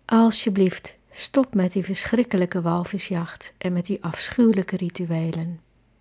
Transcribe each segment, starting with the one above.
Alsjeblieft, stop met die verschrikkelijke walvisjacht en met die afschuwelijke rituelen.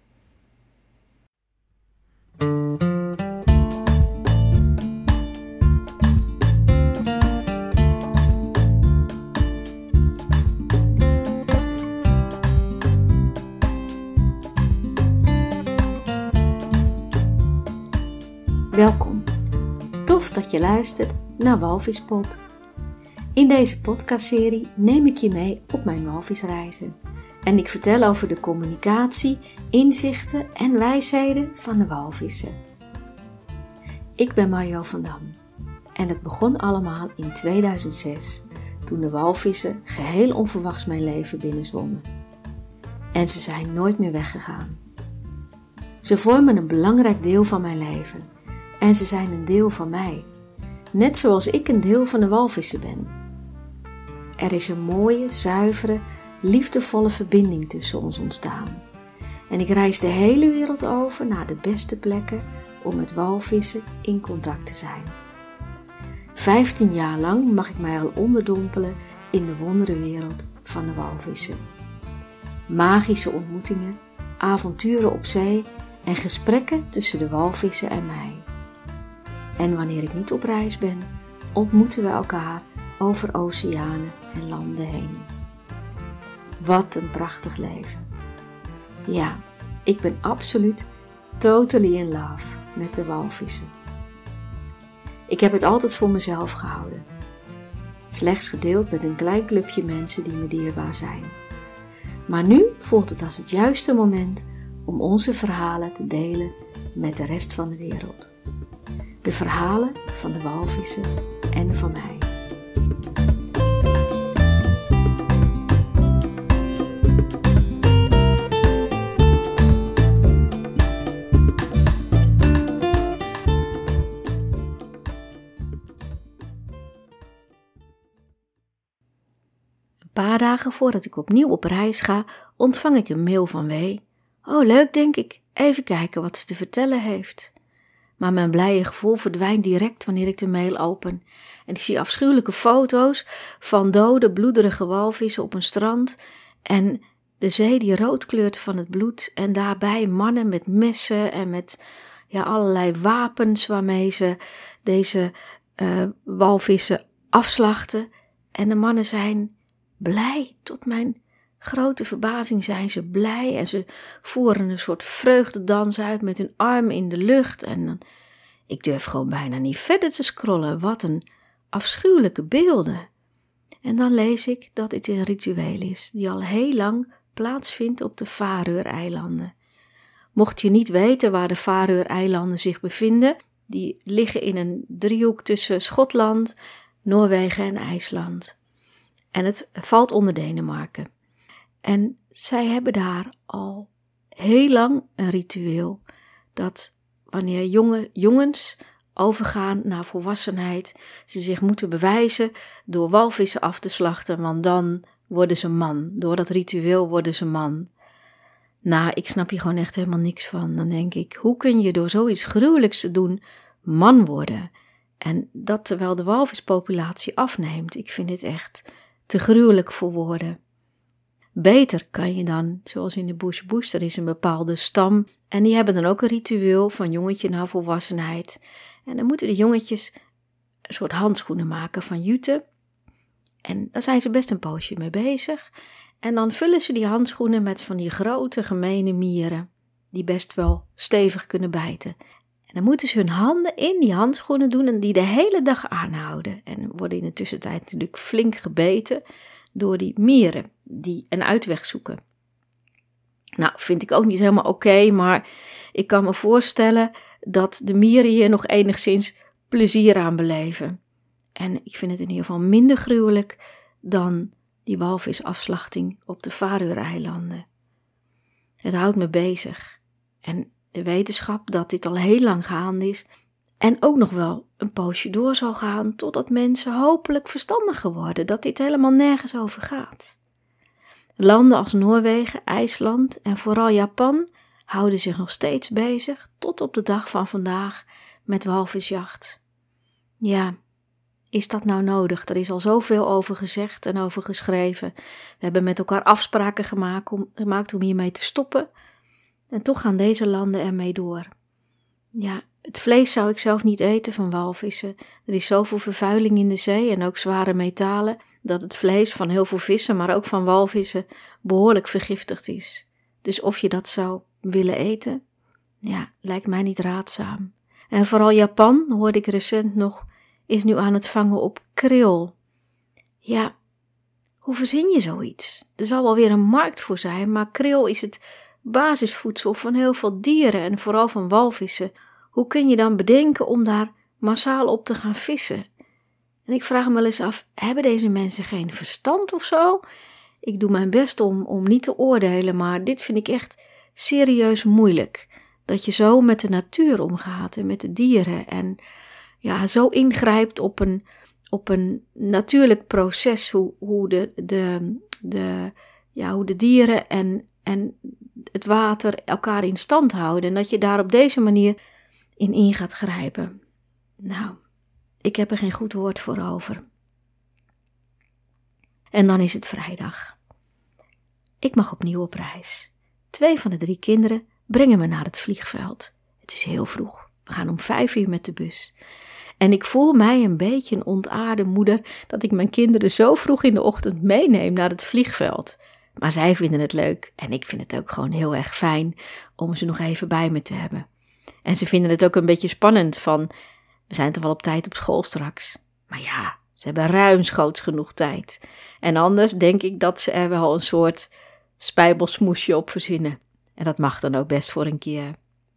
Welkom. Tof dat je luistert naar Walvispot. In deze podcastserie neem ik je mee op mijn walvisreizen. En ik vertel over de communicatie, inzichten en wijsheden van de walvissen. Ik ben Mario van Dam. En het begon allemaal in 2006, toen de walvissen geheel onverwachts mijn leven binnenzwommen. En ze zijn nooit meer weggegaan. Ze vormen een belangrijk deel van mijn leven. En ze zijn een deel van mij. Net zoals ik een deel van de walvissen ben. Er is een mooie, zuivere, liefdevolle verbinding tussen ons ontstaan. En ik reis de hele wereld over naar de beste plekken om met walvissen in contact te zijn. 15 jaar lang mag ik mij al onderdompelen in de wonderenwereld van de walvissen. Magische ontmoetingen, avonturen op zee en gesprekken tussen de walvissen en mij. En wanneer ik niet op reis ben, ontmoeten we elkaar over oceanen en landen heen. Wat een prachtig leven. Ja, ik ben absoluut totally in love met de walvissen. Ik heb het altijd voor mezelf gehouden. Slechts gedeeld met een klein clubje mensen die me dierbaar zijn. Maar nu voelt het als het juiste moment om onze verhalen te delen met de rest van de wereld. De verhalen van de walvissen en van mij. Een paar dagen voordat ik opnieuw op reis ga, ontvang ik een mail van W. Oh, leuk, denk ik. Even kijken wat ze te vertellen heeft. Maar mijn blije gevoel verdwijnt direct wanneer ik de mail open. En ik zie afschuwelijke foto's van dode, bloederige walvissen op een strand. En de zee die rood kleurt van het bloed. En daarbij mannen met messen en met allerlei wapens waarmee ze deze walvissen afslachten. En de mannen zijn blij. Tot mijn grote verbazing zijn ze blij en ze voeren een soort vreugdedans uit met hun armen in de lucht. En dan, ik durf gewoon bijna niet verder te scrollen. Wat een afschuwelijke beelden. En dan lees ik dat dit een ritueel is die al heel lang plaatsvindt op de Faroe-eilanden. Mocht je niet weten waar de Faroe-eilanden zich bevinden, die liggen in een driehoek tussen Schotland, Noorwegen en IJsland. En het valt onder Denemarken. En zij hebben daar al heel lang een ritueel dat wanneer jongens overgaan naar volwassenheid, ze zich moeten bewijzen door walvissen af te slachten, want dan worden ze man. Door dat ritueel worden ze man. Nou, ik snap hier gewoon echt helemaal niks van. Dan denk ik, hoe kun je door zoiets gruwelijks te doen man worden? En dat terwijl de walvispopulatie afneemt. Ik vind dit echt te gruwelijk voor woorden. Beter kan je dan, zoals in de bush, er is een bepaalde stam en die hebben dan ook een ritueel van jongetje naar volwassenheid. En dan moeten de jongetjes een soort handschoenen maken van jute. En daar zijn ze best een poosje mee bezig. En dan vullen ze die handschoenen met van die grote gemene mieren, die best wel stevig kunnen bijten. En dan moeten ze hun handen in die handschoenen doen en die de hele dag aanhouden. En worden in de tussentijd natuurlijk flink gebeten door die mieren die een uitweg zoeken. Nou, vind ik ook niet helemaal oké, maar ik kan me voorstellen dat de mieren hier nog enigszins plezier aan beleven. En ik vind het in ieder geval minder gruwelijk dan die walvisafslachting op de Faroe-eilanden. Het houdt me bezig. En de wetenschap dat dit al heel lang gaande is en ook nog wel een poosje door zal gaan totdat mensen hopelijk verstandiger worden, dat dit helemaal nergens over gaat. Landen als Noorwegen, IJsland en vooral Japan houden zich nog steeds bezig tot op de dag van vandaag met walvisjacht. Ja, is dat nou nodig? Er is al zoveel over gezegd en over geschreven. We hebben met elkaar afspraken gemaakt om hiermee te stoppen. En toch gaan deze landen ermee door. Ja, het vlees zou ik zelf niet eten van walvissen. Er is zoveel vervuiling in de zee en ook zware metalen, dat het vlees van heel veel vissen, maar ook van walvissen, behoorlijk vergiftigd is. Dus of je dat zou willen eten, ja, lijkt mij niet raadzaam. En vooral Japan, hoorde ik recent nog, is nu aan het vangen op kril. Ja, hoe verzin je zoiets? Er zal wel weer een markt voor zijn, maar kril is het basisvoedsel van heel veel dieren en vooral van walvissen. Hoe kun je dan bedenken om daar massaal op te gaan vissen? En ik vraag me wel eens af, hebben deze mensen geen verstand of zo? Ik doe mijn best om niet te oordelen, maar dit vind ik echt serieus moeilijk. Dat je zo met de natuur omgaat en met de dieren en ja, zo ingrijpt op een natuurlijk proces, hoe de dieren en het water elkaar in stand houden. En dat je daar op deze manier in gaat grijpen. Nou, ik heb er geen goed woord voor over. En dan is het vrijdag. Ik mag opnieuw op reis. 2 van de 3 kinderen brengen me naar het vliegveld. Het is heel vroeg. We gaan om 5 uur met de bus. En ik voel mij een beetje een ontaarde moeder dat ik mijn kinderen zo vroeg in de ochtend meeneem naar het vliegveld. Maar zij vinden het leuk en ik vind het ook gewoon heel erg fijn om ze nog even bij me te hebben. En ze vinden het ook een beetje spannend van, we zijn toch wel op tijd op school straks. Maar ja, ze hebben ruimschoots genoeg tijd. En anders denk ik dat ze er wel een soort spijbelsmoesje op verzinnen. En dat mag dan ook best voor een keer.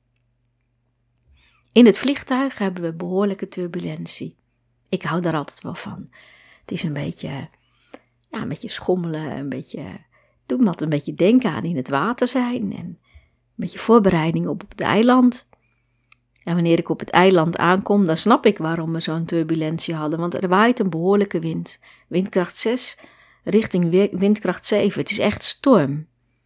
In het vliegtuig hebben we behoorlijke turbulentie. Ik hou daar altijd wel van. Het is een beetje schommelen, doet me altijd een beetje denken aan in het water zijn en een beetje voorbereiding op het eiland. En wanneer ik op het eiland aankom, dan snap ik waarom we zo'n turbulentie hadden, want er waait een behoorlijke wind. Windkracht 6 richting windkracht 7. Het is echt storm.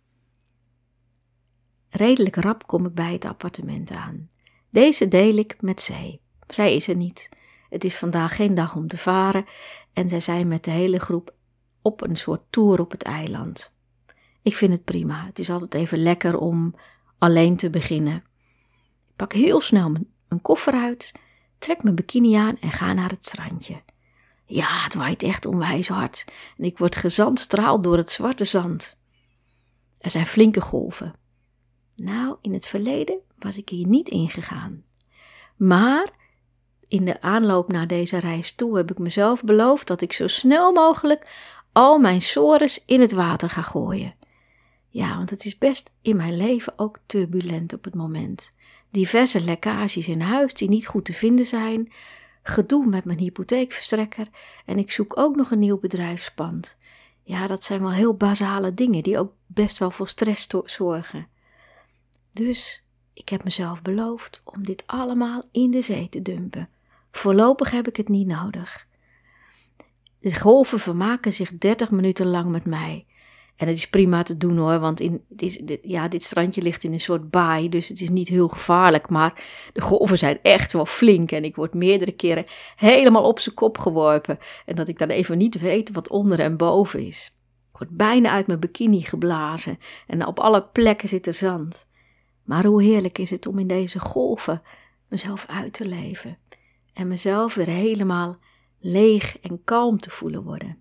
Redelijk rap kom ik bij het appartement aan. Deze deel ik met Zee. Zij is er niet. Het is vandaag geen dag om te varen en zij zijn met de hele groep op een soort tour op het eiland. Ik vind het prima. Het is altijd even lekker om alleen te beginnen. Ik pak heel snel mijn koffer uit, trek mijn bikini aan en ga naar het strandje. Ja, het waait echt onwijs hard en ik word gezandstraald door het zwarte zand. Er zijn flinke golven. Nou, in het verleden was ik hier niet ingegaan. Maar in de aanloop naar deze reis toe heb ik mezelf beloofd dat ik zo snel mogelijk al mijn sores in het water ga gooien. Ja, want het is best in mijn leven ook turbulent op het moment. Diverse lekkages in huis die niet goed te vinden zijn, gedoe met mijn hypotheekverstrekker en ik zoek ook nog een nieuw bedrijfspand. Ja, dat zijn wel heel basale dingen die ook best wel voor stress zorgen. Dus ik heb mezelf beloofd om dit allemaal in de zee te dumpen. Voorlopig heb ik het niet nodig. De golven vermaken zich 30 minuten lang met mij. En het is prima te doen hoor, want dit strandje ligt in een soort baai, dus het is niet heel gevaarlijk. Maar de golven zijn echt wel flink en ik word meerdere keren helemaal op zijn kop geworpen. En dat ik dan even niet weet wat onder en boven is. Ik word bijna uit mijn bikini geblazen en op alle plekken zit er zand. Maar hoe heerlijk is het om in deze golven mezelf uit te leven en mezelf weer helemaal leeg en kalm te voelen worden.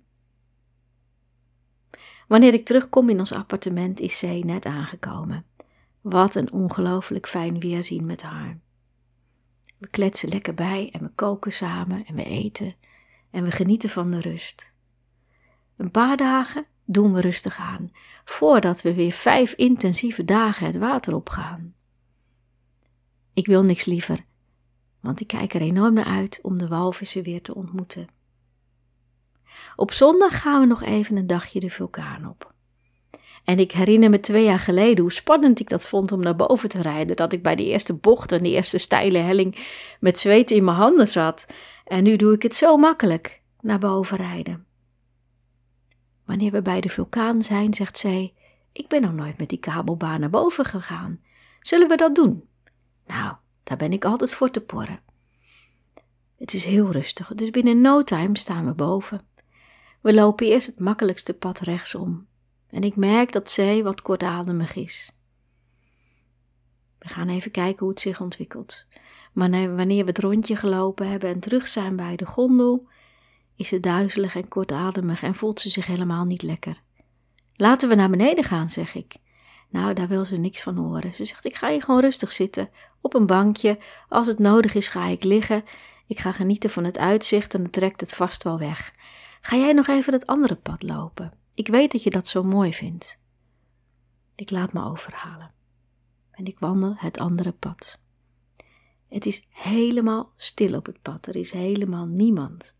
Wanneer ik terugkom in ons appartement is Zee net aangekomen. Wat een ongelooflijk fijn weerzien met haar. We kletsen lekker bij en we koken samen en we eten en we genieten van de rust. Een paar dagen doen we rustig aan, voordat we weer 5 intensieve dagen het water opgaan. Ik wil niks liever, want ik kijk er enorm naar uit om de walvissen weer te ontmoeten. Op zondag gaan we nog even een dagje de vulkaan op. En ik herinner me 2 jaar geleden hoe spannend ik dat vond om naar boven te rijden, dat ik bij de eerste bocht en de eerste steile helling met zweet in mijn handen zat. En nu doe ik het zo makkelijk, naar boven rijden. Wanneer we bij de vulkaan zijn, zegt zij, ik ben nog nooit met die kabelbaan naar boven gegaan. Zullen we dat doen? Nou, daar ben ik altijd voor te porren. Het is heel rustig, dus binnen no time staan we boven. We lopen eerst het makkelijkste pad rechtsom. En ik merk dat Zee wat kortademig is. We gaan even kijken hoe het zich ontwikkelt. Maar wanneer we het rondje gelopen hebben en terug zijn bij de gondel, is ze duizelig en kortademig en voelt ze zich helemaal niet lekker. Laten we naar beneden gaan, zeg ik. Nou, daar wil ze niks van horen. Ze zegt, ik ga hier gewoon rustig zitten, op een bankje. Als het nodig is, ga ik liggen. Ik ga genieten van het uitzicht en dan trekt het vast wel weg. Ga jij nog even dat andere pad lopen? Ik weet dat je dat zo mooi vindt. Ik laat me overhalen. En ik wandel het andere pad. Het is helemaal stil op het pad. Er is helemaal niemand.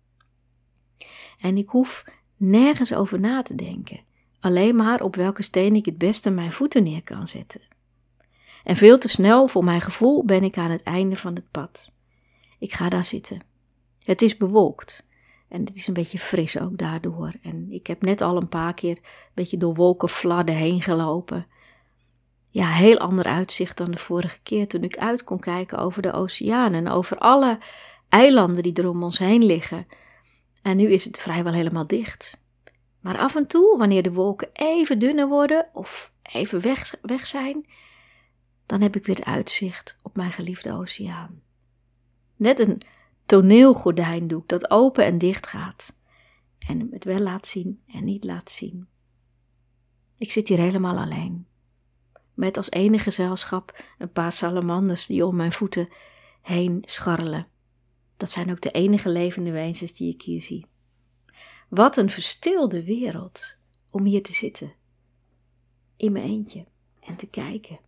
En ik hoef nergens over na te denken. Alleen maar op welke steen ik het beste mijn voeten neer kan zetten. En veel te snel, voor mijn gevoel, ben ik aan het einde van het pad. Ik ga daar zitten. Het is bewolkt. En het is een beetje fris ook daardoor. En ik heb net al een paar keer een beetje door wolkenfladden heen gelopen. Ja, heel ander uitzicht dan de vorige keer toen ik uit kon kijken over de oceaan en over alle eilanden die er om ons heen liggen. En nu is het vrijwel helemaal dicht. Maar af en toe, wanneer de wolken even dunner worden of even weg zijn, dan heb ik weer het uitzicht op mijn geliefde oceaan. Net een toneelgordijndoek dat open en dicht gaat en het wel laat zien en niet laat zien. Ik zit hier helemaal alleen, met als enige gezelschap een paar salamanders die om mijn voeten heen scharrelen. Dat zijn ook de enige levende wezens die ik hier zie. Wat een verstilde wereld om hier te zitten, in mijn eentje en te kijken.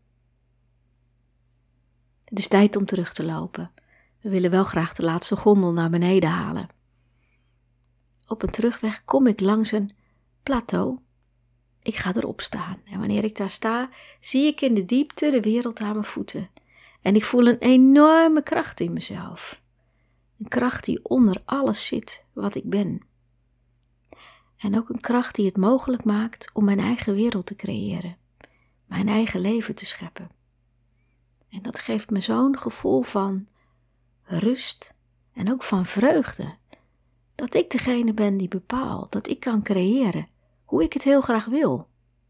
Het is tijd om terug te lopen. We willen wel graag de laatste gondel naar beneden halen. Op een terugweg kom ik langs een plateau. Ik ga erop staan en wanneer ik daar sta, zie ik in de diepte de wereld aan mijn voeten. En ik voel een enorme kracht in mezelf. Een kracht die onder alles zit wat ik ben. En ook een kracht die het mogelijk maakt om mijn eigen wereld te creëren. Mijn eigen leven te scheppen. En dat geeft me zo'n gevoel van rust en ook van vreugde. Dat ik degene ben die bepaalt, dat ik kan creëren hoe ik het heel graag wil.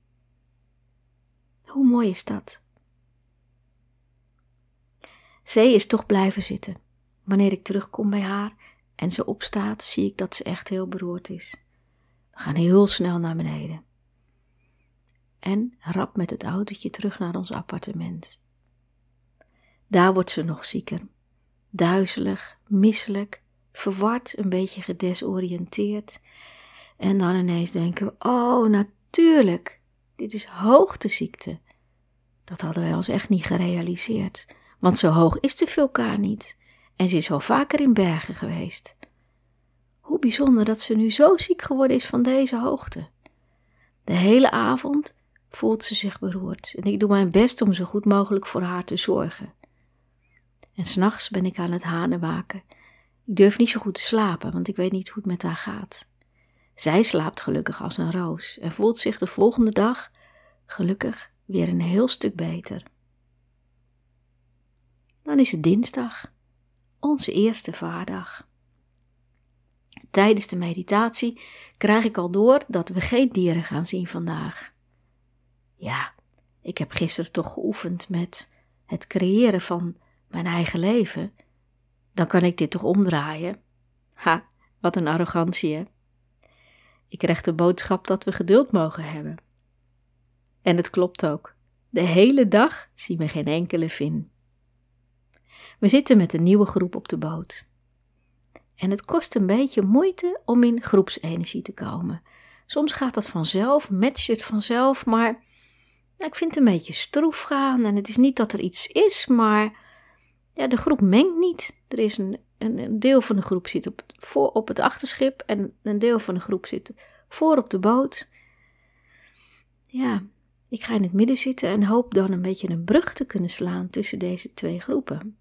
Hoe mooi is dat? Zee is toch blijven zitten. Wanneer ik terugkom bij haar en ze opstaat, zie ik dat ze echt heel beroerd is. We gaan heel snel naar beneden. En rap met het autootje terug naar ons appartement. Daar wordt ze nog zieker. Duizelig, misselijk, verward, een beetje gedesoriënteerd. En dan ineens denken we, oh natuurlijk, dit is hoogteziekte. Dat hadden wij ons echt niet gerealiseerd, want zo hoog is de vulkaan niet. En ze is wel vaker in bergen geweest. Hoe bijzonder dat ze nu zo ziek geworden is van deze hoogte. De hele avond voelt ze zich beroerd en ik doe mijn best om zo goed mogelijk voor haar te zorgen. En 's nachts ben ik aan het hanenwaken. Ik durf niet zo goed te slapen, want ik weet niet hoe het met haar gaat. Zij slaapt gelukkig als een roos en voelt zich de volgende dag, gelukkig, weer een heel stuk beter. Dan is het dinsdag, onze eerste vaardag. Tijdens de meditatie krijg ik al door dat we geen dieren gaan zien vandaag. Ja, ik heb gisteren toch geoefend met het creëren van mijn eigen leven. Dan kan ik dit toch omdraaien? Ha, wat een arrogantie, hè? Ik krijg de boodschap dat we geduld mogen hebben. En het klopt ook. De hele dag zien we geen enkele vin. We zitten met een nieuwe groep op de boot. En het kost een beetje moeite om in groepsenergie te komen. Soms gaat dat vanzelf, matcht het vanzelf, maar ik vind het een beetje stroef gaan. En het is niet dat er iets is, maar ja, de groep mengt niet. Er is een deel van de groep zit op het achterschip en een deel van de groep zit voor op de boot. Ja, ik ga in het midden zitten en hoop dan een beetje een brug te kunnen slaan tussen deze twee groepen.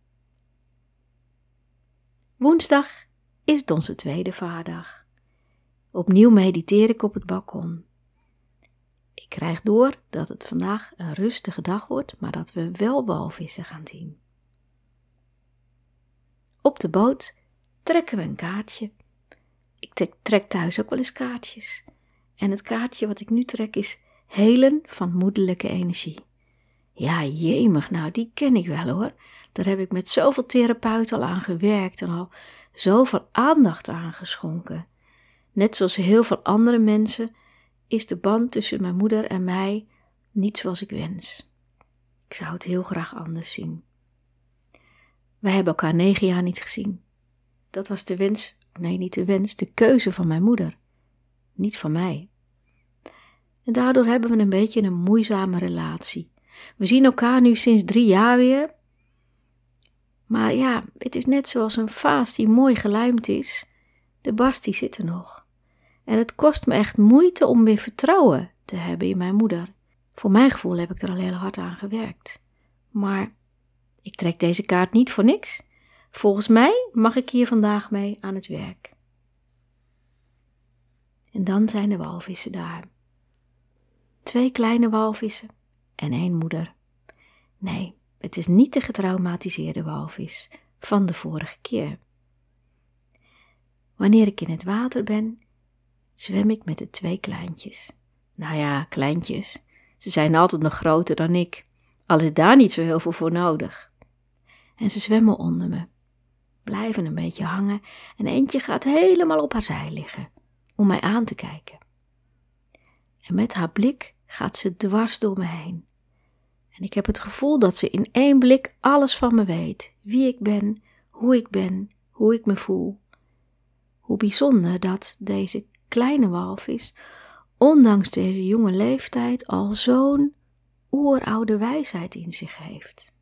Woensdag is het onze tweede vaardag. Opnieuw mediteer ik op het balkon. Ik krijg door dat het vandaag een rustige dag wordt, maar dat we wel walvissen gaan zien. Op de boot trekken we een kaartje. Ik trek thuis ook wel eens kaartjes. En het kaartje wat ik nu trek is helen van moederlijke energie. Ja, jemig, nou die ken ik wel hoor. Daar heb ik met zoveel therapeuten al aan gewerkt en al zoveel aandacht aan geschonken. Net zoals heel veel andere mensen is de band tussen mijn moeder en mij niet zoals ik wens. Ik zou het heel graag anders zien. Wij hebben elkaar 9 jaar niet gezien. Dat was de wens, nee niet de wens, de keuze van mijn moeder. Niet van mij. En daardoor hebben we een beetje een moeizame relatie. We zien elkaar nu sinds 3 jaar weer. Maar ja, het is net zoals een vaas die mooi gelijmd is. De barst die zit er nog. En het kost me echt moeite om weer vertrouwen te hebben in mijn moeder. Voor mijn gevoel heb ik er al heel hard aan gewerkt. Maar ik trek deze kaart niet voor niks. Volgens mij mag ik hier vandaag mee aan het werk. En dan zijn de walvissen daar. 2 kleine walvissen en 1 moeder. Nee, het is niet de getraumatiseerde walvis van de vorige keer. Wanneer ik in het water ben, zwem ik met de 2 kleintjes. Nou ja, kleintjes. Ze zijn altijd nog groter dan ik, al is daar niet zo heel veel voor nodig. En ze zwemmen onder me, blijven een beetje hangen en eentje gaat helemaal op haar zij liggen, om mij aan te kijken. En met haar blik gaat ze dwars door me heen. En ik heb het gevoel dat ze in 1 blik alles van me weet, wie ik ben, hoe ik me voel. Hoe bijzonder dat deze kleine walvis, ondanks deze jonge leeftijd, al zo'n oeroude wijsheid in zich heeft.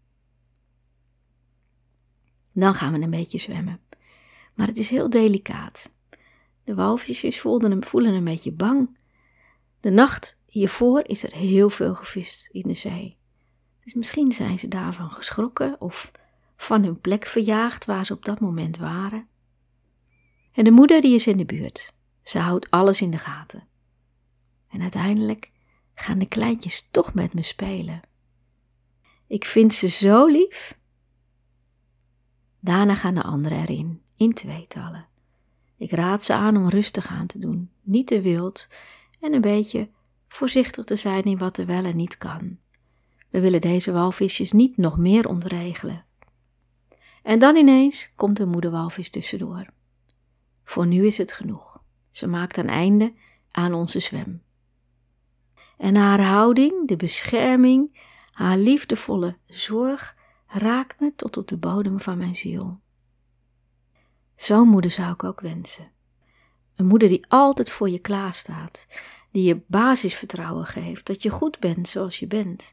Dan gaan we een beetje zwemmen, maar het is heel delicaat. De walvisjes voelen een beetje bang. De nacht hiervoor is er heel veel gevist in de zee. Dus misschien zijn ze daarvan geschrokken of van hun plek verjaagd waar ze op dat moment waren. En de moeder die is in de buurt. Ze houdt alles in de gaten. En uiteindelijk gaan de kleintjes toch met me spelen. Ik vind ze zo lief. Daarna gaan de anderen erin, in 2-tallen. Ik raad ze aan om rustig aan te doen, niet te wild en een beetje voorzichtig te zijn in wat er wel en niet kan. We willen deze walvisjes niet nog meer ontregelen. En dan ineens komt de moederwalvis tussendoor. Voor nu is het genoeg. Ze maakt een einde aan onze zwem. En haar houding, de bescherming, haar liefdevolle zorg raakt me tot op de bodem van mijn ziel. Zo'n moeder zou ik ook wensen. Een moeder die altijd voor je klaarstaat, die je basisvertrouwen geeft, dat je goed bent zoals je bent.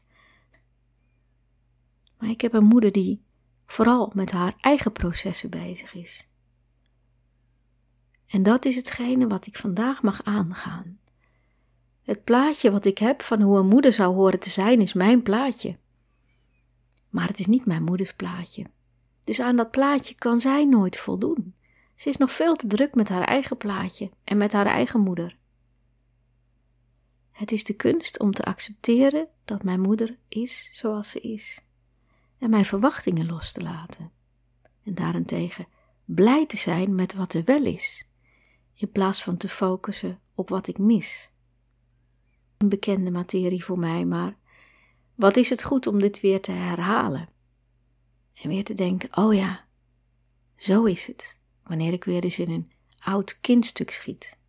Maar ik heb een moeder die vooral met haar eigen processen bezig is. En dat is hetgene wat ik vandaag mag aangaan. Het plaatje wat ik heb van hoe een moeder zou horen te zijn is mijn plaatje. Maar het is niet mijn moeders plaatje. Dus aan dat plaatje kan zij nooit voldoen. Ze is nog veel te druk met haar eigen plaatje en met haar eigen moeder. Het is de kunst om te accepteren dat mijn moeder is zoals ze is. En mijn verwachtingen los te laten. En daarentegen blij te zijn met wat er wel is. In plaats van te focussen op wat ik mis. Een bekende materie voor mij, maar wat is het goed om dit weer te herhalen. En weer te denken, oh ja, zo is het. Wanneer ik weer eens in een oud kindstuk schiet.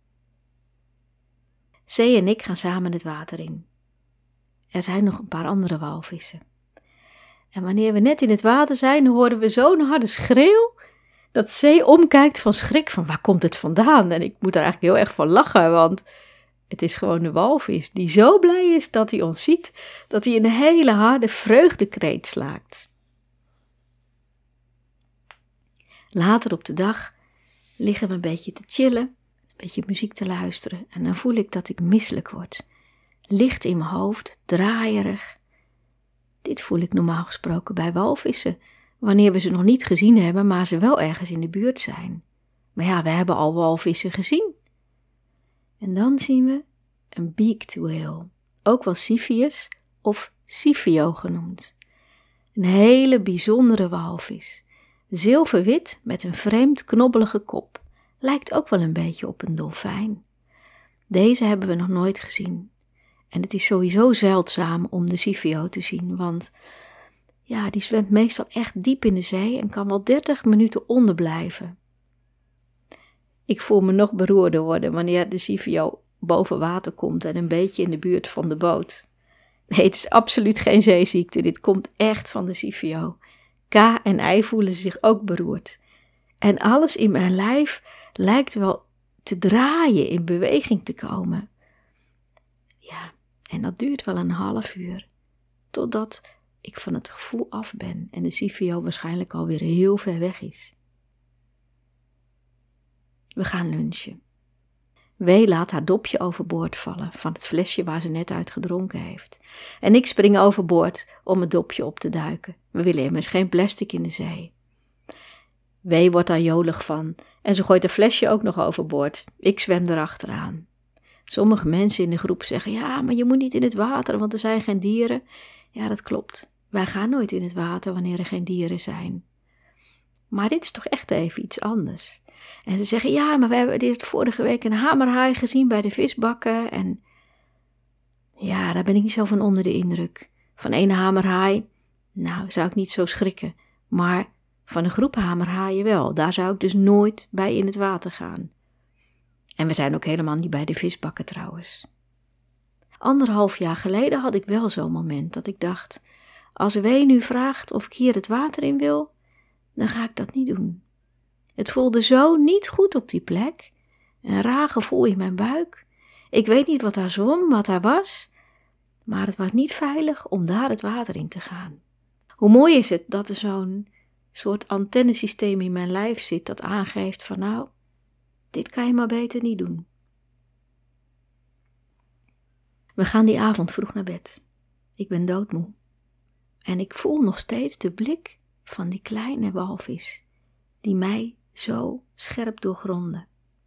Zee en ik gaan samen het water in. Er zijn nog een paar andere walvissen. En wanneer we net in het water zijn, horen we zo'n harde schreeuw, dat Zee omkijkt van schrik, van waar komt het vandaan? En ik moet er eigenlijk heel erg van lachen, want het is gewoon de walvis die zo blij is dat hij ons ziet, dat hij een hele harde vreugdekreet slaakt. Later op de dag liggen we een beetje te chillen, een beetje muziek te luisteren en dan voel ik dat ik misselijk word. Licht in mijn hoofd, draaierig. Dit voel ik normaal gesproken bij walvissen, wanneer we ze nog niet gezien hebben, maar ze wel ergens in de buurt zijn. Maar ja, we hebben al walvissen gezien. En dan zien we een beaked whale, ook wel Siphius of Sifio genoemd. Een hele bijzondere walvis, Zilverwit met een vreemd knobbelige kop. Lijkt ook wel een beetje op een dolfijn. Deze hebben we nog nooit gezien. En het is sowieso zeldzaam om de Zivio te zien, want ja, die zwemt meestal echt diep in de zee en kan wel 30 minuten onder blijven. Ik voel me nog beroerder worden wanneer de Zivio boven water komt en een beetje in de buurt van de boot. Nee, het is absoluut geen zeeziekte, dit komt echt van de Zivio. K en I voelen zich ook beroerd. En alles in mijn lijf lijkt wel te draaien, in beweging te komen. Ja, en dat duurt wel een half uur, totdat ik van het gevoel af ben en de Zivio waarschijnlijk alweer heel ver weg is. We gaan lunchen. W laat haar dopje overboord vallen van het flesje waar ze net uit gedronken heeft. En ik spring overboord om het dopje op te duiken. We willen immers geen plastic in de zee. W wordt daar jolig van en ze gooit het flesje ook nog overboord. Ik zwem erachteraan. Sommige mensen in de groep zeggen, ja, maar je moet niet in het water, want er zijn geen dieren. Ja, dat klopt. Wij gaan nooit in het water wanneer er geen dieren zijn. Maar dit is toch echt even iets anders. En ze zeggen, ja, maar we hebben vorige week een hamerhaai gezien bij de visbakken. En ja, daar ben ik niet zo van onder de indruk. Van één hamerhaai, nou, zou ik niet zo schrikken. Maar van een groep hamerhaaien wel. Daar zou ik dus nooit bij in het water gaan. En we zijn ook helemaal niet bij de visbakken trouwens. 1,5 jaar geleden had ik wel zo'n moment dat ik dacht, als W nu vraagt of ik hier het water in wil, dan ga ik dat niet doen. Het voelde zo niet goed op die plek. Een raar gevoel in mijn buik. Ik weet niet wat daar zwom, wat daar was, maar het was niet veilig om daar het water in te gaan. Hoe mooi is het dat er zo'n soort antennesysteem in mijn lijf zit dat aangeeft van nou, dit kan je maar beter niet doen. We gaan die avond vroeg naar bed. Ik ben doodmoe. En ik voel nog steeds de blik van die kleine walvis, die mij zo scherp doorgrondde.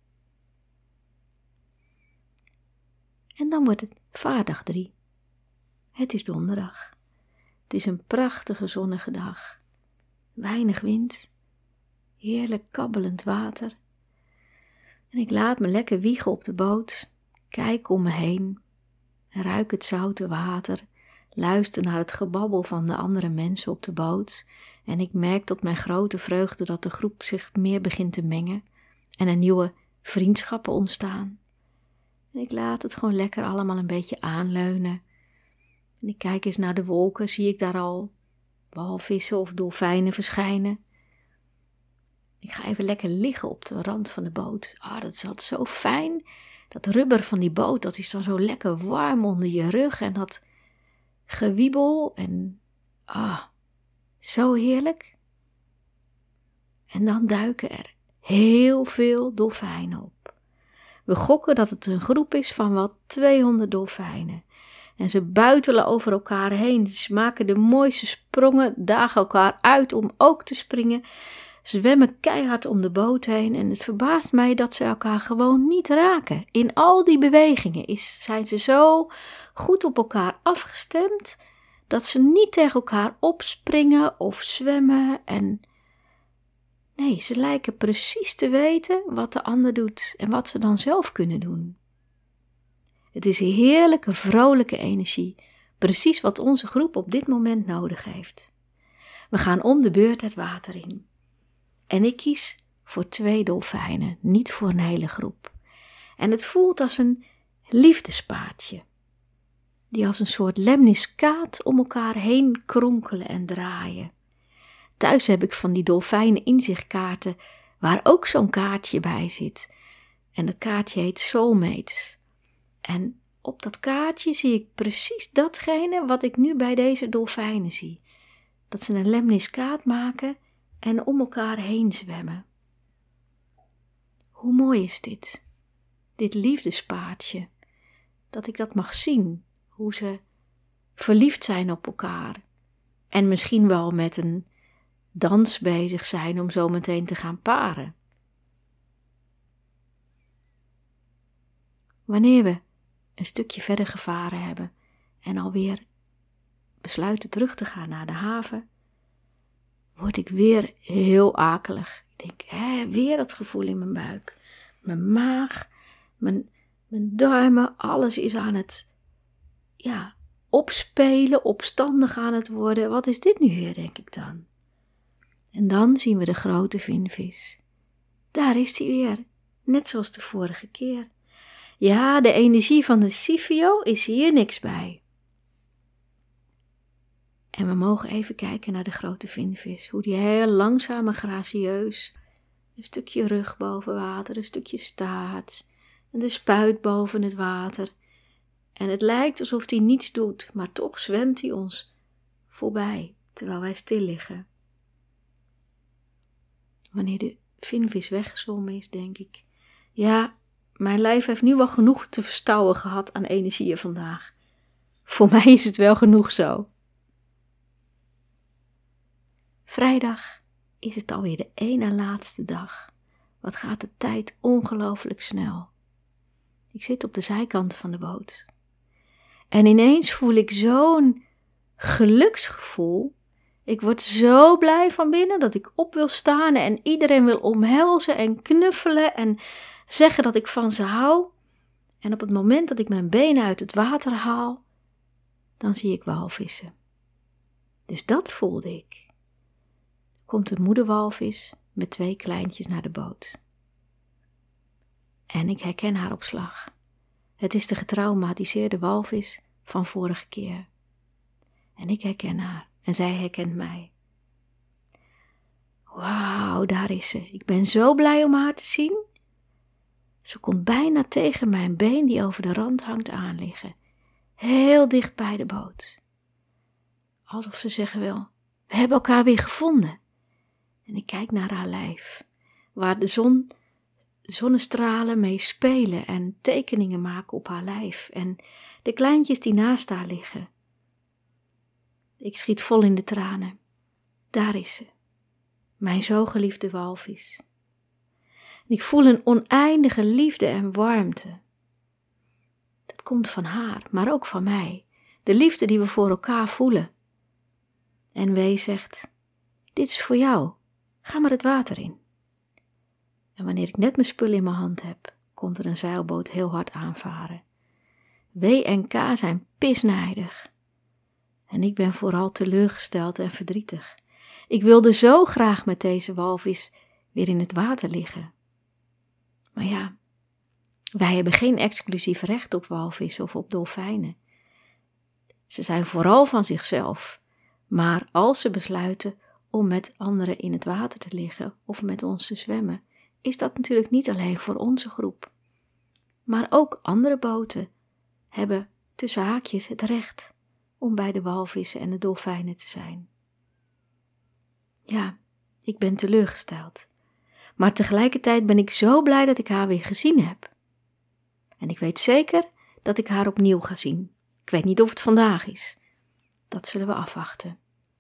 En dan wordt het vaardag 3. Het is donderdag. Het is een prachtige zonnige dag. Weinig wind, heerlijk kabbelend water. En ik laat me lekker wiegen op de boot, kijk om me heen, ruik het zoute water, luister naar het gebabbel van de andere mensen op de boot en ik merk tot mijn grote vreugde dat de groep zich meer begint te mengen en er nieuwe vriendschappen ontstaan. En ik laat het gewoon lekker allemaal een beetje aanleunen. En ik kijk eens naar de wolken, zie ik daar al walvissen of dolfijnen verschijnen. Ik ga even lekker liggen op de rand van de boot. Dat is altijd zo fijn. Dat rubber van die boot, dat is dan zo lekker warm onder je rug. En dat gewiebel en zo heerlijk. En dan duiken er heel veel dolfijnen op. We gokken dat het een groep is van wel 200 dolfijnen. En ze buitelen over elkaar heen. Ze maken de mooiste sprongen, dagen elkaar uit om ook te springen. Zwemmen keihard om de boot heen en het verbaast mij dat ze elkaar gewoon niet raken. In al die bewegingen zijn ze zo goed op elkaar afgestemd dat ze niet tegen elkaar opspringen of zwemmen. En nee, ze lijken precies te weten wat de ander doet en wat ze dan zelf kunnen doen. Het is heerlijke, vrolijke energie, precies wat onze groep op dit moment nodig heeft. We gaan om de beurt het water in. En ik kies voor 2 dolfijnen, niet voor een hele groep. En het voelt als een liefdespaardje, die als een soort lemniskaat om elkaar heen kronkelen en draaien. Thuis heb ik van die dolfijnen inzichtkaarten waar ook zo'n kaartje bij zit. En dat kaartje heet Soulmates. En op dat kaartje zie ik precies datgene wat ik nu bij deze dolfijnen zie. Dat ze een lemniskaat maken en om elkaar heen zwemmen. Hoe mooi is dit? Dit liefdespaardje. Dat ik dat mag zien. Hoe ze verliefd zijn op elkaar. En misschien wel met een dans bezig zijn om zo meteen te gaan paren. Wanneer we een stukje verder gevaren hebben en alweer besluiten terug te gaan naar de haven, word ik weer heel akelig. Ik denk, weer dat gevoel in mijn buik. Mijn maag, mijn darmen, alles is aan het opspelen, opstandig aan het worden. Wat is dit nu weer, denk ik dan? En dan zien we de grote vinvis. Daar is hij weer, net zoals de vorige keer. Ja, de energie van de Scivio is hier niks bij. En we mogen even kijken naar de grote vinvis. Hoe die heel langzaam en gracieus, een stukje rug boven water, een stukje staart en de spuit boven het water. En het lijkt alsof hij niets doet, maar toch zwemt hij ons voorbij, terwijl wij stil liggen. Wanneer de vinvis weggezwommen is, denk ik, ja, mijn lijf heeft nu wel genoeg te verstouwen gehad aan energieën vandaag. Voor mij is het wel genoeg zo. Vrijdag is het alweer de ene laatste dag. Wat gaat de tijd ongelooflijk snel. Ik zit op de zijkant van de boot. En ineens voel ik zo'n geluksgevoel. Ik word zo blij van binnen dat ik op wil staan en iedereen wil omhelzen en knuffelen en zeggen dat ik van ze hou. En op het moment dat ik mijn benen uit het water haal, dan zie ik walvissen. Dus dat voelde ik. Komt een moederwalvis met 2 kleintjes naar de boot. En ik herken haar op slag. Het is de getraumatiseerde walvis van vorige keer. En ik herken haar en zij herkent mij. Wauw, daar is ze. Ik ben zo blij om haar te zien. Ze komt bijna tegen mijn been die over de rand hangt aan liggen. Heel dicht bij de boot. Alsof ze zeggen wil, we hebben elkaar weer gevonden. En ik kijk naar haar lijf, waar de zonnestralen mee spelen en tekeningen maken op haar lijf. En de kleintjes die naast haar liggen. Ik schiet vol in de tranen. Daar is ze, mijn zo geliefde walvis. En ik voel een oneindige liefde en warmte. Dat komt van haar, maar ook van mij. De liefde die we voor elkaar voelen. En Wee zegt, dit is voor jou, ga maar het water in. En wanneer ik net mijn spullen in mijn hand heb, komt er een zeilboot heel hard aanvaren. Wee en K zijn pisnijdig. En ik ben vooral teleurgesteld en verdrietig. Ik wilde zo graag met deze walvis weer in het water liggen. Maar ja, wij hebben geen exclusief recht op walvissen of op dolfijnen. Ze zijn vooral van zichzelf. Maar als ze besluiten om met anderen in het water te liggen of met ons te zwemmen, is dat natuurlijk niet alleen voor onze groep. Maar ook andere boten hebben tussen haakjes het recht om bij de walvissen en de dolfijnen te zijn. Ja, ik ben teleurgesteld. Maar tegelijkertijd ben ik zo blij dat ik haar weer gezien heb. En ik weet zeker dat ik haar opnieuw ga zien. Ik weet niet of het vandaag is. Dat zullen we afwachten.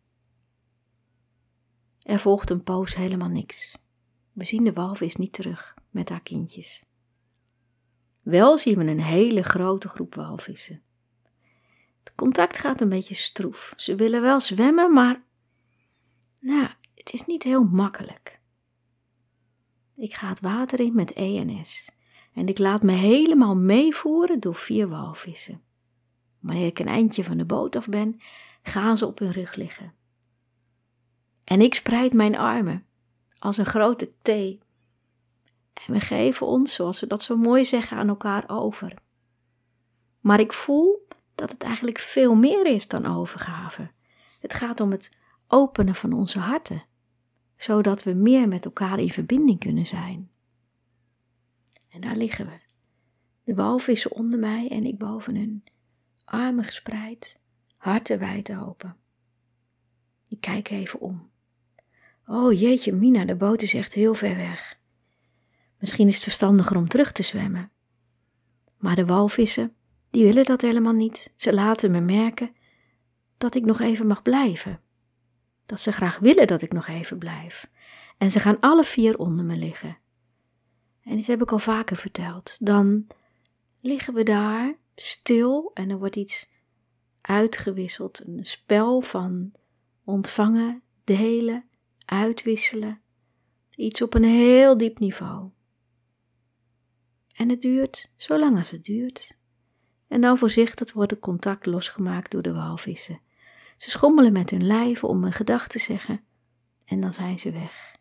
Er volgt een poos helemaal niks. We zien de walvis niet terug met haar kindjes. Wel zien we een hele grote groep walvissen. Het contact gaat een beetje stroef. Ze willen wel zwemmen, maar het is niet heel makkelijk. Ik ga het water in met ENS en ik laat me helemaal meevoeren door 4 walvissen. Wanneer ik een eindje van de boot af ben, gaan ze op hun rug liggen. En ik spreid mijn armen als een grote T. En we geven ons, zoals we dat zo mooi zeggen, aan elkaar over. Maar ik voel dat het eigenlijk veel meer is dan overgave. Het gaat om het openen van onze harten, zodat we meer met elkaar in verbinding kunnen zijn. En daar liggen we, de walvissen onder mij en ik boven hun, armen gespreid, harten wijd open. Ik kijk even om. Oh jeetje Mina, de boot is echt heel ver weg. Misschien is het verstandiger om terug te zwemmen. Maar de walvissen, die willen dat helemaal niet. Ze laten me merken dat ik nog even mag blijven. Dat ze graag willen dat ik nog even blijf. En ze gaan alle 4 onder me liggen. En dit heb ik al vaker verteld. Dan liggen we daar stil en er wordt iets uitgewisseld. Een spel van ontvangen, delen, uitwisselen. Iets op een heel diep niveau. En het duurt zolang als het duurt. En dan voorzichtig wordt het contact losgemaakt door de walvissen. Ze schommelen met hun lijven om een gedag te zeggen en dan zijn ze weg.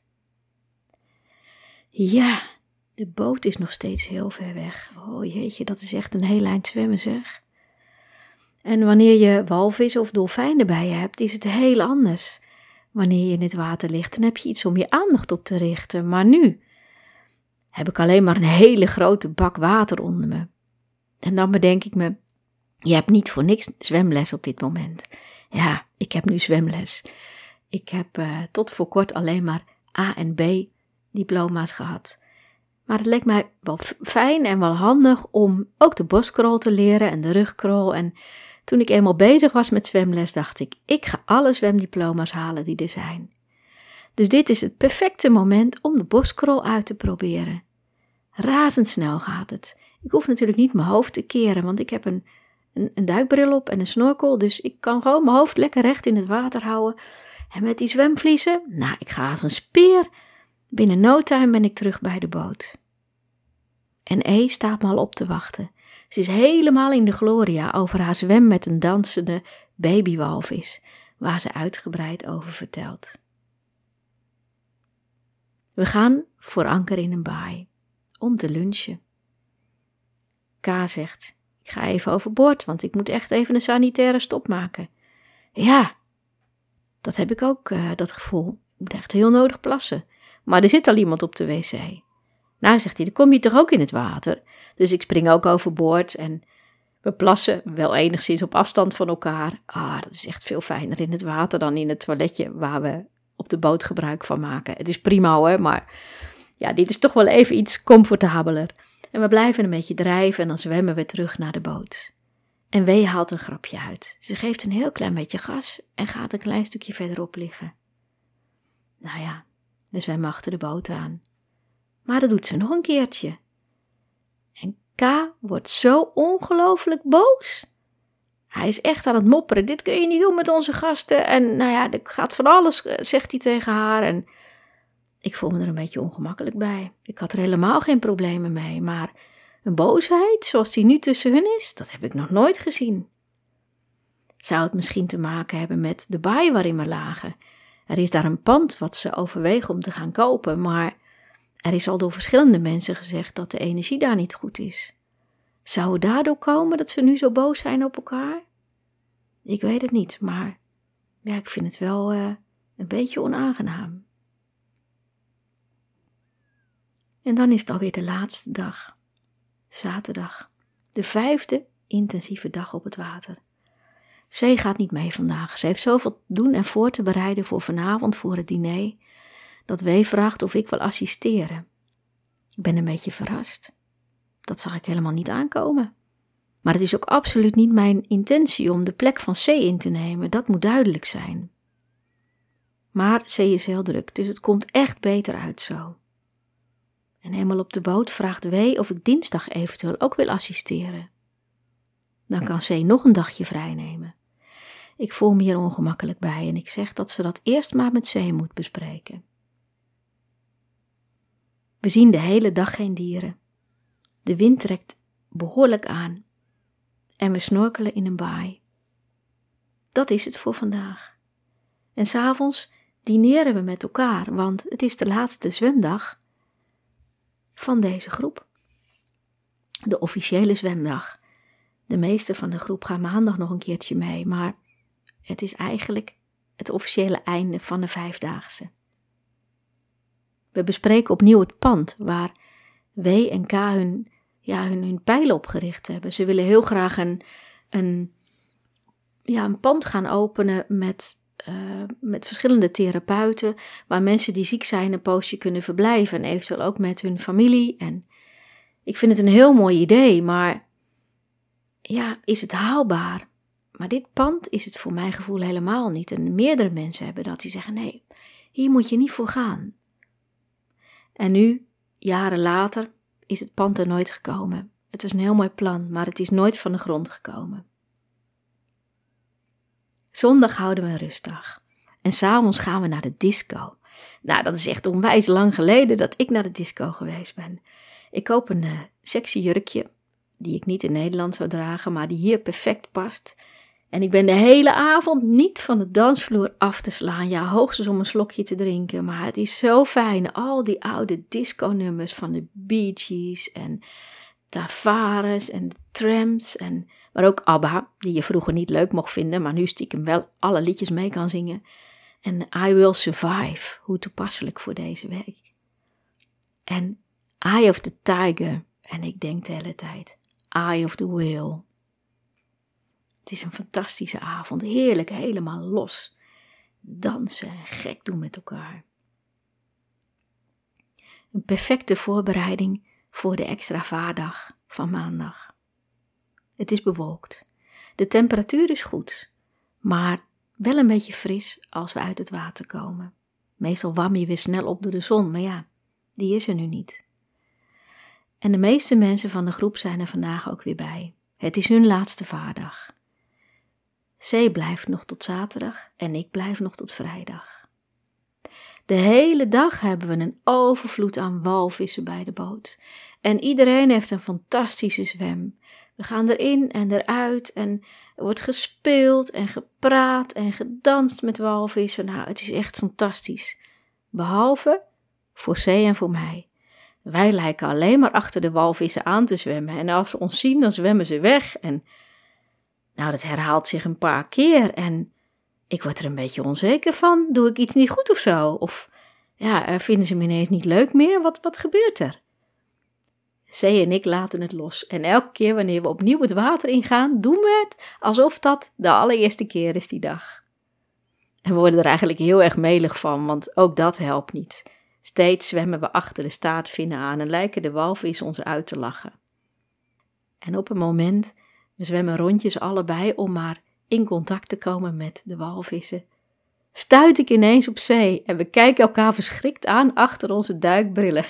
Ja, de boot is nog steeds heel ver weg. Oh jeetje, dat is echt een heel eind zwemmen zeg. En wanneer je walvissen of dolfijnen bij je hebt, is het heel anders. Wanneer je in het water ligt, dan heb je iets om je aandacht op te richten. Maar nu heb ik alleen maar een hele grote bak water onder me. En dan bedenk ik me, je hebt niet voor niks zwemles op dit moment. Ja, ik heb nu zwemles. Ik heb tot voor kort alleen maar A- en B-diploma's gehad. Maar het leek mij wel fijn en wel handig om ook de borstkrol te leren en de rugkrol. En toen ik eenmaal bezig was met zwemles, dacht ik ga alle zwemdiploma's halen die er zijn. Dus dit is het perfecte moment om de borstkrol uit te proberen. Razendsnel gaat het. Ik hoef natuurlijk niet mijn hoofd te keren, want ik heb een duikbril op en een snorkel, dus ik kan gewoon mijn hoofd lekker recht in het water houden. En met die zwemvliezen, ik ga als een speer. Binnen no time ben ik terug bij de boot. En E staat me al op te wachten. Ze is helemaal in de gloria over haar zwem met een dansende babywalvis, waar ze uitgebreid over vertelt. We gaan voor anker in een baai, om te lunchen. K zegt, ik ga even overboord, want ik moet echt even een sanitaire stop maken. Ja, dat heb ik ook, dat gevoel. Ik moet echt heel nodig plassen. Maar er zit al iemand op de wc. Nou, zegt hij, dan kom je toch ook in het water? Dus ik spring ook overboord en we plassen wel enigszins op afstand van elkaar. Dat is echt veel fijner in het water dan in het toiletje waar we op de boot gebruik van maken. Het is prima hoor, maar ja, dit is toch wel even iets comfortabeler. En we blijven een beetje drijven en dan zwemmen we terug naar de boot. En W haalt een grapje uit. Ze geeft een heel klein beetje gas en gaat een klein stukje verderop liggen. Nou ja, we zwemmen achter de boot aan. Maar dat doet ze nog een keertje. En K wordt zo ongelooflijk boos. Hij is echt aan het mopperen. Dit kun je niet doen met onze gasten. En er gaat van alles, zegt hij tegen haar. En ik voel me er een beetje ongemakkelijk bij. Ik had er helemaal geen problemen mee. Maar een boosheid, zoals die nu tussen hun is, dat heb ik nog nooit gezien. Zou het misschien te maken hebben met de baai waarin we lagen? Er is daar een pand wat ze overwegen om te gaan kopen, maar er is al door verschillende mensen gezegd dat de energie daar niet goed is. Zou het daardoor komen dat ze nu zo boos zijn op elkaar? Ik weet het niet, maar ja, ik vind het wel een beetje onaangenaam. En dan is het alweer de laatste dag, zaterdag, de 5e intensieve dag op het water. Zee gaat niet mee vandaag. Ze heeft zoveel te doen en voor te bereiden voor vanavond, voor het diner, dat W vraagt of ik wil assisteren. Ik ben een beetje verrast. Dat zag ik helemaal niet aankomen. Maar het is ook absoluut niet mijn intentie om de plek van C in te nemen, dat moet duidelijk zijn. Maar C is heel druk, dus het komt echt beter uit zo. En eenmaal op de boot vraagt W of ik dinsdag eventueel ook wil assisteren. Dan kan C nog een dagje vrij nemen. Ik voel me hier ongemakkelijk bij en ik zeg dat ze dat eerst maar met C moet bespreken. We zien de hele dag geen dieren. De wind trekt behoorlijk aan en we snorkelen in een baai. Dat is het voor vandaag. En 's avonds dineren we met elkaar, want het is de laatste zwemdag van deze groep. De officiële zwemdag. De meeste van de groep gaan maandag nog een keertje mee, maar het is eigenlijk het officiële einde van de 5-daagse. We bespreken opnieuw het pand waar W en K hun pijlen op gericht hebben. Ze willen heel graag een pand gaan openen met verschillende therapeuten, waar mensen die ziek zijn een poosje kunnen verblijven en eventueel ook met hun familie. En ik vind het een heel mooi idee, maar ja, is het haalbaar? Maar dit pand is het voor mijn gevoel helemaal niet. En meerdere mensen hebben dat, die zeggen nee, hier moet je niet voor gaan. En nu, jaren later, is het pand er nooit gekomen. Het was een heel mooi plan, maar het is nooit van de grond gekomen. Zondag houden we een rustdag. En 's avonds gaan we naar de disco. Nou, dat is echt onwijs lang geleden dat ik naar de disco geweest ben. Ik koop een sexy jurkje, die ik niet in Nederland zou dragen, maar die hier perfect past. En ik ben de hele avond niet van de dansvloer af te slaan. Ja, hoogstens om een slokje te drinken, maar het is zo fijn. Al die oude disco-nummers van de Bee Gees en Tavares en de Tramps, maar ook ABBA, die je vroeger niet leuk mocht vinden, maar nu stiekem wel alle liedjes mee kan zingen. En I Will Survive, hoe toepasselijk voor deze week. En Eye of the Tiger, en ik denk de hele tijd, Eye of the Whale. Het is een fantastische avond, heerlijk, helemaal los. Dansen en gek doen met elkaar. Een perfecte voorbereiding voor de extra vaardag van maandag. Het is bewolkt. De temperatuur is goed, maar wel een beetje fris als we uit het water komen. Meestal warm je weer snel op door de zon, maar ja, die is er nu niet. En de meeste mensen van de groep zijn er vandaag ook weer bij. Het is hun laatste vaardag. Zij blijft nog tot zaterdag en ik blijf nog tot vrijdag. De hele dag hebben we een overvloed aan walvissen bij de boot. En iedereen heeft een fantastische zwem. We gaan erin en eruit en er wordt gespeeld en gepraat en gedanst met walvissen. Nou, het is echt fantastisch. Behalve voor Zee en voor mij. Wij lijken alleen maar achter de walvissen aan te zwemmen. En als ze ons zien, dan zwemmen ze weg. En nou, dat herhaalt zich een paar keer. En ik word er een beetje onzeker van. Doe ik iets niet goed of zo? Of ja, vinden ze me ineens niet leuk meer? Wat gebeurt er? Zee en ik laten het los. En elke keer wanneer we opnieuw het water ingaan, doen we het alsof dat de allereerste keer is die dag. En we worden er eigenlijk heel erg melig van, want ook dat helpt niet. Steeds zwemmen we achter de staartvinnen aan en lijken de walvissen ons uit te lachen. En op een moment, we zwemmen rondjes allebei om maar in contact te komen met de walvissen, stuit ik ineens op Zee en we kijken elkaar verschrikt aan achter onze duikbrillen.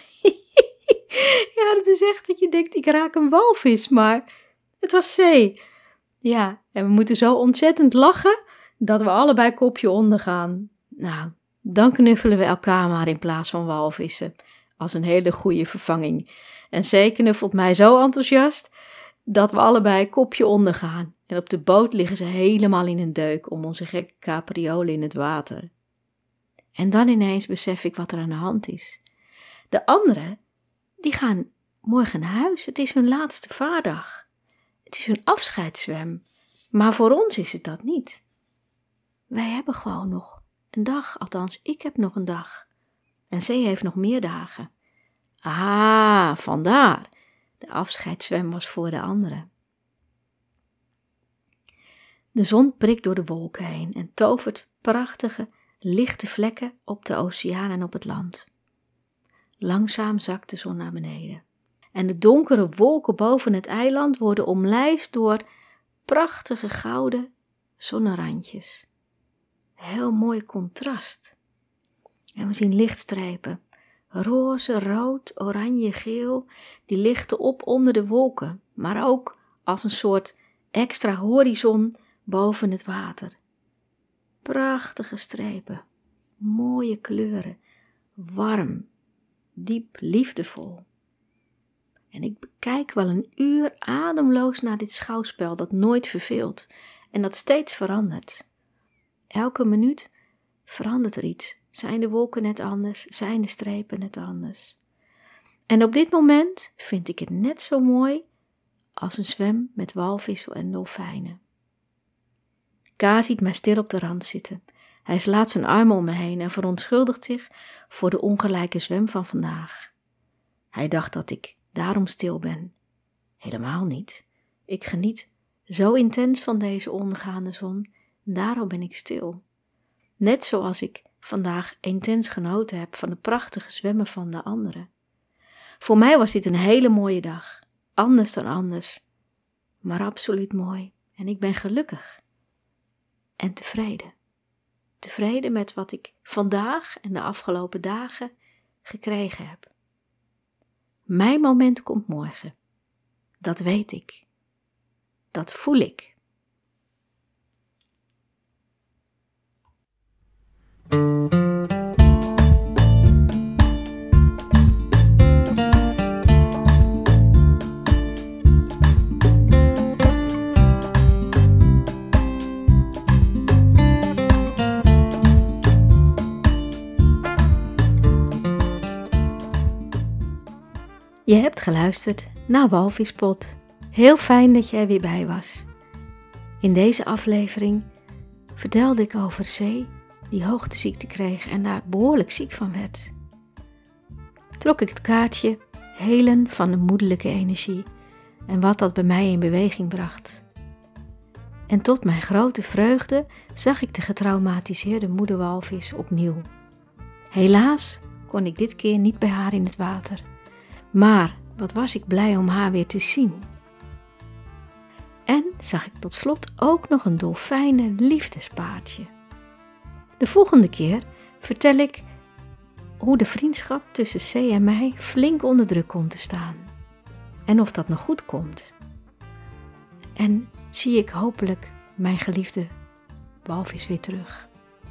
Ja, dat is echt dat je denkt, ik raak een walvis, maar het was Zee. Ja, en we moeten zo ontzettend lachen dat we allebei kopje onder gaan. Nou, dan knuffelen we elkaar maar in plaats van walvissen, als een hele goede vervanging. En Zee knuffelt mij zo enthousiast dat we allebei kopje onder gaan. En op de boot liggen ze helemaal in een deuk om onze gekke capriolen in het water. En dan ineens besef ik wat er aan de hand is. De anderen, die gaan morgen naar huis. Het is hun laatste vaardag. Het is hun afscheidszwem. Maar voor ons is het dat niet. Wij hebben gewoon nog een dag. Althans, ik heb nog een dag. En Zee heeft nog meer dagen. Ah, vandaar. De afscheidszwem was voor de anderen. De zon prikt door de wolken heen en tovert prachtige, lichte vlekken op de oceaan en op het land. Langzaam zakt de zon naar beneden. En de donkere wolken boven het eiland worden omlijst door prachtige gouden zonnerandjes. Heel mooi contrast. En we zien lichtstrepen. Roze, rood, oranje, geel. Die lichten op onder de wolken. Maar ook als een soort extra horizon boven het water. Prachtige strepen. Mooie kleuren. Warm. Diep liefdevol. En ik bekijk wel een uur ademloos naar dit schouwspel dat nooit verveelt en dat steeds verandert. Elke minuut verandert er iets. Zijn de wolken net anders? Zijn de strepen net anders? En op dit moment vind ik het net zo mooi als een zwem met walvissen en dolfijnen. Ka ziet mij stil op de rand zitten. Hij slaat zijn armen om me heen en verontschuldigt zich voor de ongelijke zwem van vandaag. Hij dacht dat ik daarom stil ben. Helemaal niet. Ik geniet zo intens van deze ondergaande zon, daarom ben ik stil. Net zoals ik vandaag intens genoten heb van de prachtige zwemmen van de anderen. Voor mij was dit een hele mooie dag. Anders dan anders, maar absoluut mooi. En ik ben gelukkig en tevreden. Tevreden met wat ik vandaag en de afgelopen dagen gekregen heb. Mijn moment komt morgen. Dat weet ik. Dat voel ik. Je hebt geluisterd naar Walvispot. Heel fijn dat je er weer bij was. In deze aflevering vertelde ik over C, die hoogteziekte kreeg en daar behoorlijk ziek van werd. Trok ik het kaartje helen van de moederlijke energie en wat dat bij mij in beweging bracht. En tot mijn grote vreugde zag ik de getraumatiseerde moederwalvis opnieuw. Helaas kon ik dit keer niet bij haar in het water. Maar wat was ik blij om haar weer te zien. En zag ik tot slot ook nog een dolfijnen liefdespaardje. De volgende keer vertel ik hoe de vriendschap tussen C en mij flink onder druk komt te staan. En of dat nog goed komt. En zie ik hopelijk mijn geliefde walvis weer terug.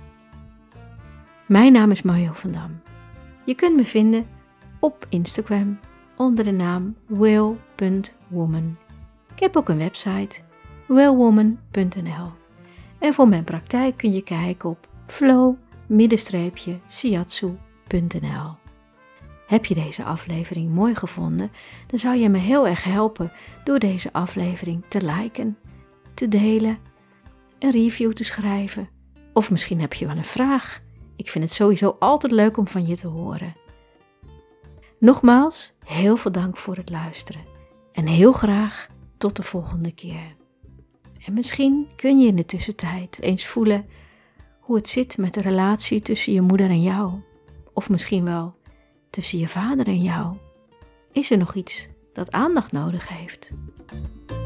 Mijn naam is Marjo van Dam. Je kunt me vinden op Instagram onder de naam will.woman. Ik heb ook een website, willwoman.nl. En voor mijn praktijk kun je kijken op flow-shiatsu.nl. Heb je deze aflevering mooi gevonden, dan zou je me heel erg helpen door deze aflevering te liken, te delen, een review te schrijven. Of misschien heb je wel een vraag. Ik vind het sowieso altijd leuk om van je te horen. Nogmaals, heel veel dank voor het luisteren. En heel graag tot de volgende keer. En misschien kun je in de tussentijd eens voelen hoe het zit met de relatie tussen je moeder en jou. Of misschien wel tussen je vader en jou. Is er nog iets dat aandacht nodig heeft?